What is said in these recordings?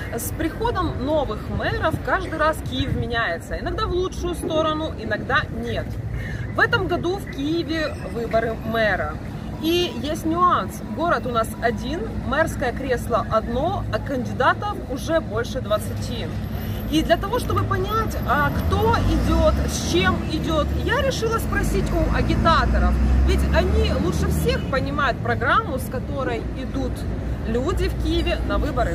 С приходом новых мэров каждый раз Киев меняется. Иногда в лучшую сторону, иногда нет. В этом году в Киеве выборы мэра. И есть нюанс. Город у нас один, мэрское кресло одно, а кандидатов уже больше 20. И для того, чтобы понять, кто идет, с чем идет, я решила спросить у агитаторов. Ведь они лучше всех понимают программу, с которой идут люди в Киеве на выборы.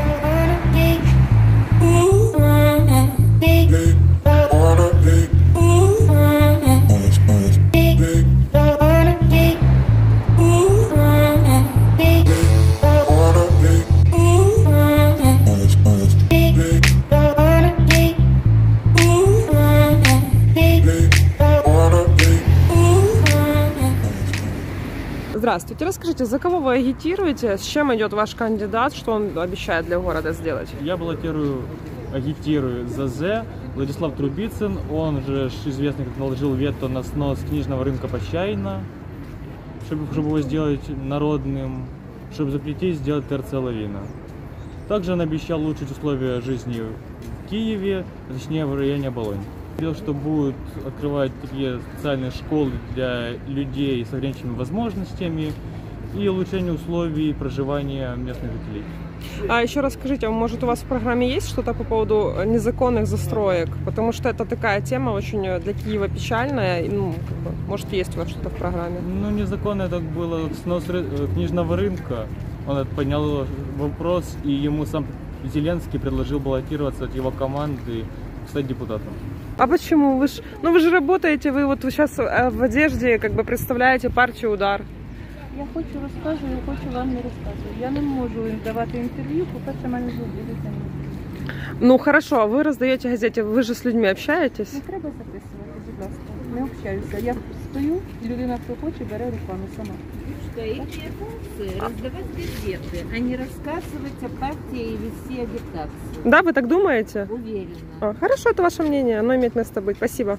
Здравствуйте. Расскажите, за кого вы агитируете, с чем идет ваш кандидат, что он обещает для города сделать? Я агитирую за ЗЭ. Владислав Трубицын, он же известный, как наложил вето на снос книжного рынка Почайна, чтобы его сделать народным, чтобы запретить сделать ТРЦ «Лавина». Также он обещал улучшить условия жизни в Киеве, точнее в районе Оболонь. Говорил, что будут открывать такие специальные школы для людей с ограниченными возможностями и улучшение условий проживания местных жителей. А еще расскажите, может у вас в программе есть что-то по поводу незаконных застроек? Потому что это такая тема очень для Киева печальная. Может, есть у вас что-то в программе? Ну, незаконно это было снос книжного рынка. Он поднял вопрос, и ему сам Зеленский предложил баллотироваться от его команды, стать депутатом. А почему? Вы же работаете, вы сейчас в одежде представляете партию «Удар». Я хочу розказую, хочу вам не розказую. Я не можу давати інтерв'ю, по-перше, мене зубили. Ну хорошо, а вы раздаете газеты, вы же с людьми общаетесь? Не треба записувати, будь ласка. Не общаюся. Я стою, людина, хто хоче, бере рекламу сама. Их функция раздавать газеты, а не рассказывать о партии и вести агитацию. Да, вы так думаете? Уверена. Хорошо, это ваше мнение, оно имеет место быть. Спасибо.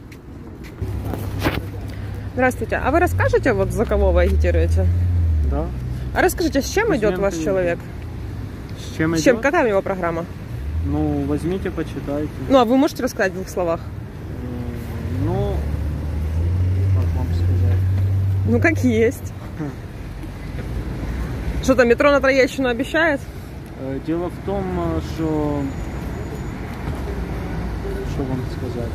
Здравствуйте. А вы расскажете, за кого вы агитируете? Да. А расскажите, с чем идет ваш человек? С чем идет? С чем? Какая его программа? Ну, возьмите, почитайте. Ну, а вы можете рассказать в двух словах? Ну, как вам сказать? Ну, как есть. Что-то метро на Троещину обещает? Дело в том, что вам сказать?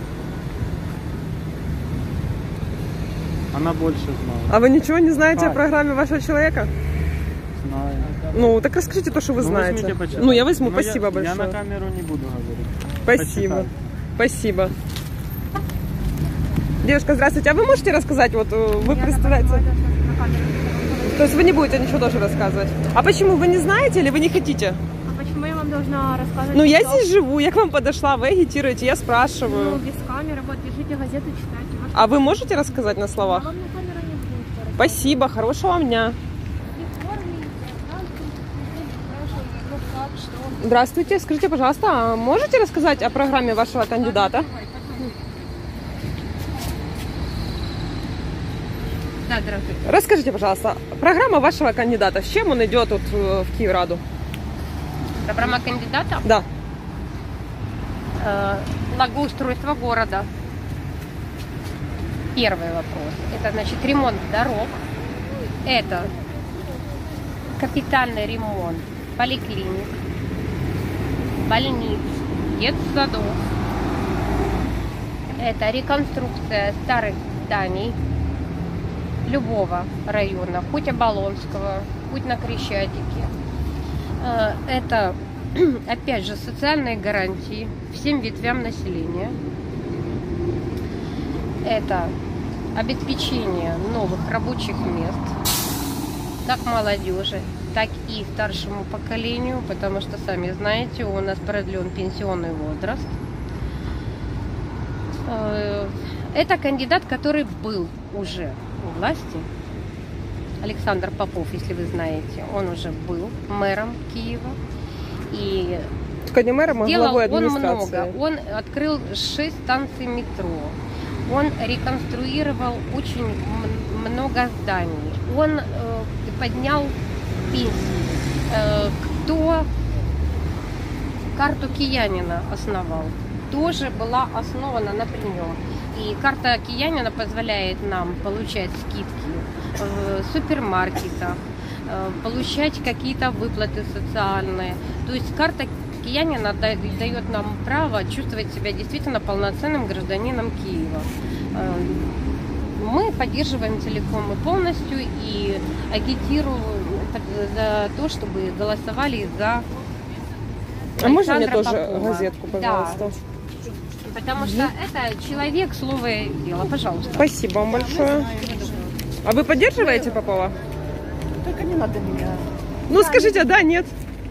Она больше знает. А вы ничего не знаете о программе вашего человека? Знаю. Ну, так расскажите то, что вы знаете. Ну, я возьму, спасибо большое. Я на камеру не буду говорить. Спасибо. Почитай. Спасибо. Девушка, здравствуйте. А вы можете рассказать, вы представляете? То есть вы не будете ничего тоже рассказывать? А почему? Вы не знаете или вы не хотите? А почему я вам должна рассказывать? Ну, я здесь живу, я к вам подошла, вы агитируете, я спрашиваю. Ну, без камеры, держите газеты, читайте. А вы можете рассказать на словах? Вам на камеру не будет. Спасибо, хорошего вам дня. Здравствуйте, скажите, пожалуйста, а можете рассказать о программе вашего кандидата? Да, здравствуйте. Расскажите, пожалуйста, программа вашего кандидата, с чем он идет в Киевраду? Программа кандидата? Да. Благоустройство города. Первый вопрос. Это, значит, ремонт дорог. Это капитальный ремонт поликлиник, больниц, детсадов. Это реконструкция старых зданий любого района, хоть Оболонского, хоть на Крещатике. Это, опять же, социальные гарантии всем ветвям населения. Это обеспечение новых рабочих мест, как молодежи, так и старшему поколению, потому что, сами знаете, у нас продлен пенсионный возраст. Это кандидат, который был уже у власти. Александр Попов, если вы знаете, он уже был мэром Киева. И только не мэром, а главой администрации. Он много. Он открыл 6 станций метро. Он реконструировал очень много зданий. Он поднял пенсии. карту Киянина основал. Тоже была основана на при нем. И карта Киянина позволяет нам получать скидки в супермаркетах, получать какие-то выплаты социальные. То есть карта Киянина дает нам право чувствовать себя действительно полноценным гражданином Киева. Мы поддерживаем целиком и полностью и агитируем за то, чтобы голосовали за А можно мне Александра тоже Попова. газетку, пожалуйста? Да, потому что это человек, слово и дело. Пожалуйста. Спасибо вам большое. А вы поддерживаете Попова? Только не надо меня. Ну скажите, да, нет.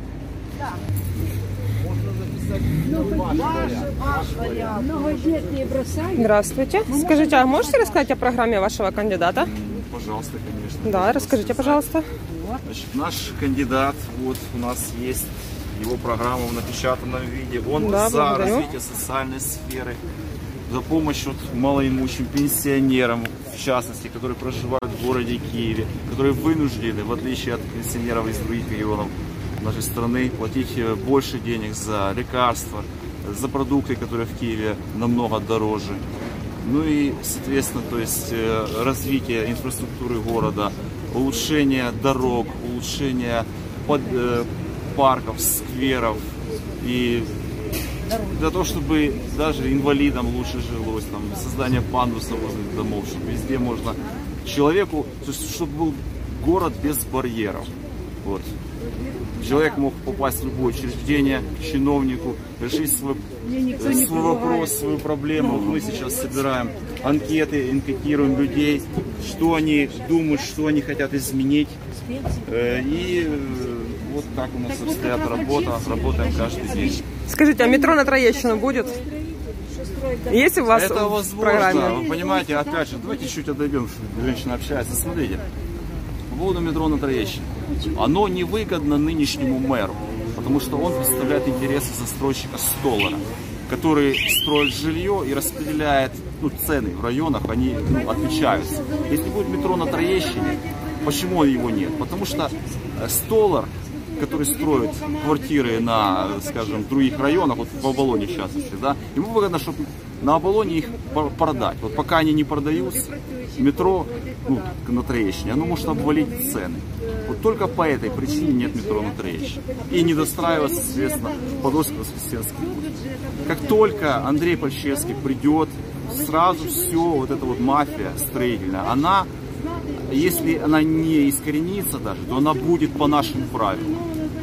Многолетние бросают. Здравствуйте. Скажите, а можете рассказать о программе вашего кандидата? Пожалуйста, конечно. Да, расскажите, пожалуйста. Значит, наш кандидат, вот у нас есть его программа в напечатанном виде. Он Да, за благодарю. развитие социальной сферы, за помощь вот малоимущим пенсионерам, в частности, которые проживают в городе Киеве, которые вынуждены, в отличие от пенсионеров из других регионов нашей страны, платить больше денег за лекарства, за продукты, которые в Киеве намного дороже. Ну и, соответственно, то есть развитие инфраструктуры города, улучшение дорог, улучшение парков, скверов. И для того, чтобы даже инвалидам лучше жилось, там, создание пандусов возле домов, чтобы везде можно человеку, то есть, чтобы был город без барьеров. Вот. Человек мог попасть в любое учреждение, к чиновнику, решить свой вопрос, свою проблему. Вот мы сейчас собираем анкеты, анкетируем людей, что они думают, что они хотят изменить. И вот так у нас обстоят работа, работаем каждый день. Скажите, а метро на Троещину будет? Есть у вас Это в возможно, программе? вы понимаете, опять же, давайте чуть отойдем, что женщина общается. Смотрите, по поводу метро на Троещине. Оно невыгодно нынешнему мэру, потому что он представляет интересы застройщика Столара, который строит жилье и распределяет цены в районах, они отличаются. Если будет метро на Троещине, почему его нет? Потому что Столар, который строит квартиры на, скажем, в других районах, вот в Оболоне в частности, да, ему выгодно, чтобы на Оболоне их продать. Вот пока они не продаются, метро на Троещине, оно может обвалить цены. Вот только по этой причине нет метро на Троещине. И не достраивается, соответственно, Подольско-Воскресенский путь. Как только Андрей Пальчевский придет, сразу все, вот эта вот мафия строительная, она, если она не искоренится даже, то она будет по нашим правилам.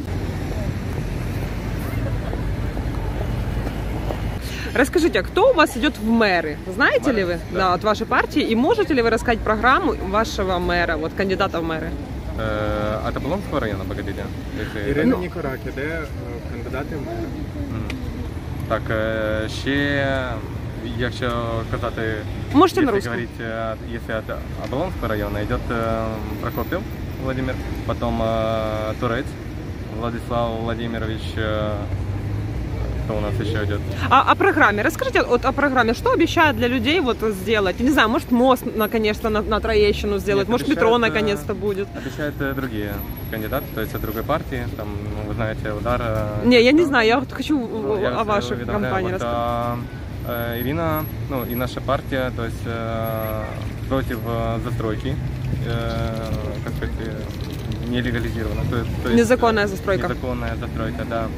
Расскажите, а кто у вас идет в мэры? Знаете ли вы, да, от вашей партии? И можете ли вы рассказать программу вашего мэра, вот кандидата в мэры? От Оболонського району, погодите? Ірина Нікорак іде кандидати в мери. Так, ще, якщо казати, Можете на если русском. говорить, если от Оболонского района идет Прокопьев Владимир, потом Турец Владислав Владимирович, кто у нас еще идет? А о программе. Расскажите вот о программе. Что обещают для людей вот сделать? Не знаю, может мост наконец-то на Троещину сделать, Нет, может метро обещают, наконец-то будет. Обещают другие кандидаты, то есть от другой партии, там, вы знаете, удар... Не, я не знаю, я вот хочу Я о вашей уведомляю, компании вот, рассказать. Ирина, и наша партия, то есть против застройки, как сказать, нелегализирована. То есть, Незаконная застройка. Незаконная застройка, да.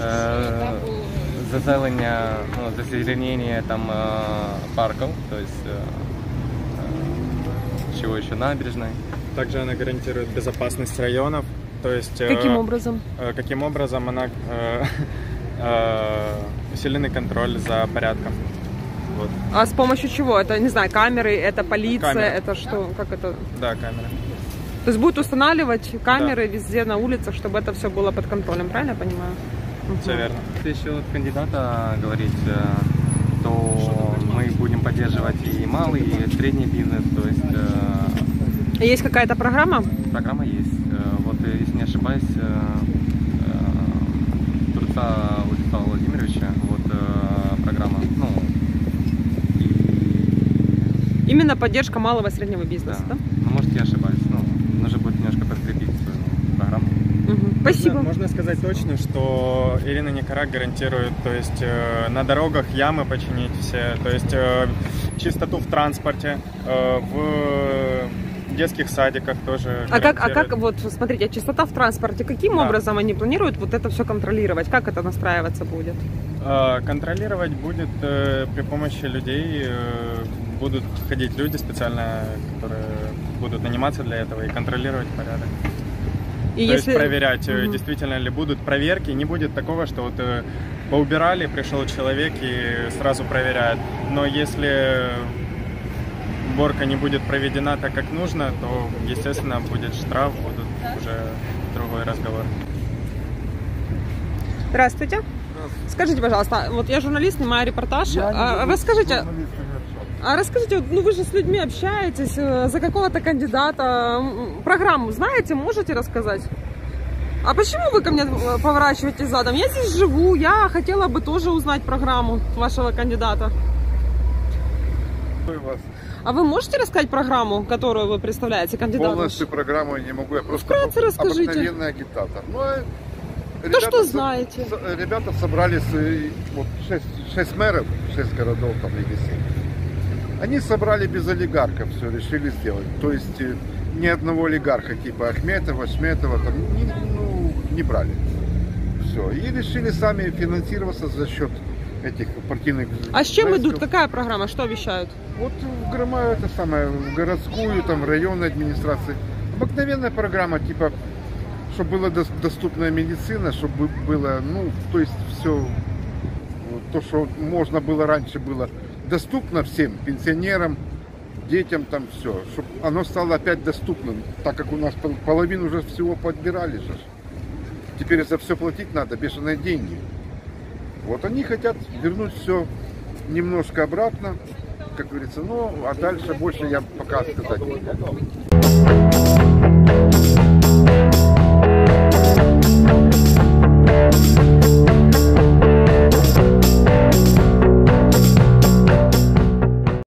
Зазелення, зазеленение там парков, то есть чего еще, набережной. Также она гарантирует безопасность районов. То есть, Каким образом? Каким образом она усиленный контроль за порядком. Вот. А с помощью чего? Это, не знаю, камеры, это полиция, Камеры. это что? Как это? Да, камеры. То есть будут устанавливать камеры везде на улицах, чтобы это все было под контролем, правильно я понимаю? Все верно. Если еще от кандидата говорить, то мы будем поддерживать и малый, и средний бизнес, то есть Есть какая-то программа? программа есть. Вот, если не ошибаюсь, Турца Владислава Владимировича, вот программа, Именно поддержка малого и среднего бизнеса, да? Ну, может, я ошибаюсь, нужно будет немножко подкрепить свою программу. Мгм. Спасибо. Можно сказать точно, что Ирина Никарак гарантирует, то есть на дорогах ямы починить все, то есть чистоту в транспорте, в детских садиках тоже. А как, гарантирует. вот, смотрите, чистота в транспорте, каким Да. образом они планируют вот это все контролировать? Как это настраиваться будет? Контролировать будет при помощи людей, будут ходить люди специально, которые будут наниматься для этого и контролировать порядок. И То есть проверять, Мгм. действительно ли будут проверки, не будет такого, что вот поубирали, пришел человек и сразу проверяет. Но если уборка не будет проведена так, как нужно, то, естественно, будет штраф, будут уже другой разговор. Здравствуйте. Скажите, пожалуйста, вот я журналист, снимаю репортаж. Расскажите, вот, ну вы же с людьми общаетесь, за какого-то кандидата программу знаете, можете рассказать? А почему вы ко мне поворачиваетесь задом? Я здесь живу, я хотела бы тоже узнать программу вашего кандидата. А вы можете рассказать программу, которую вы представляете, кандидат? Полностью программу я не могу, я просто Вкратце расскажите. обыкновенный агитатор. Ну, а То, что знаете. Ребята собрались, вот 6 мэров, 6 городов там или 7. Они собрали без олигархов все, решили сделать. То есть ни одного олигарха типа Ахметова, Шметова там не брали. Все. И решили сами финансироваться за счет этих партийных... А с чем войск. идут? Какая программа? Что обещают? Вот в это самое, в городскую, там, районной администрации. Обыкновенная программа, типа, чтобы была доступная медицина, чтобы было, ну, то есть все, то, что можно было раньше, было доступно всем, пенсионерам, детям, там все, чтобы оно стало опять доступным, так как у нас половину уже всего подбирали же. Теперь за все платить надо, бешеные деньги. Вот они хотят вернуть все немножко обратно, как говорится, ну, а дальше больше я пока сказать не могу.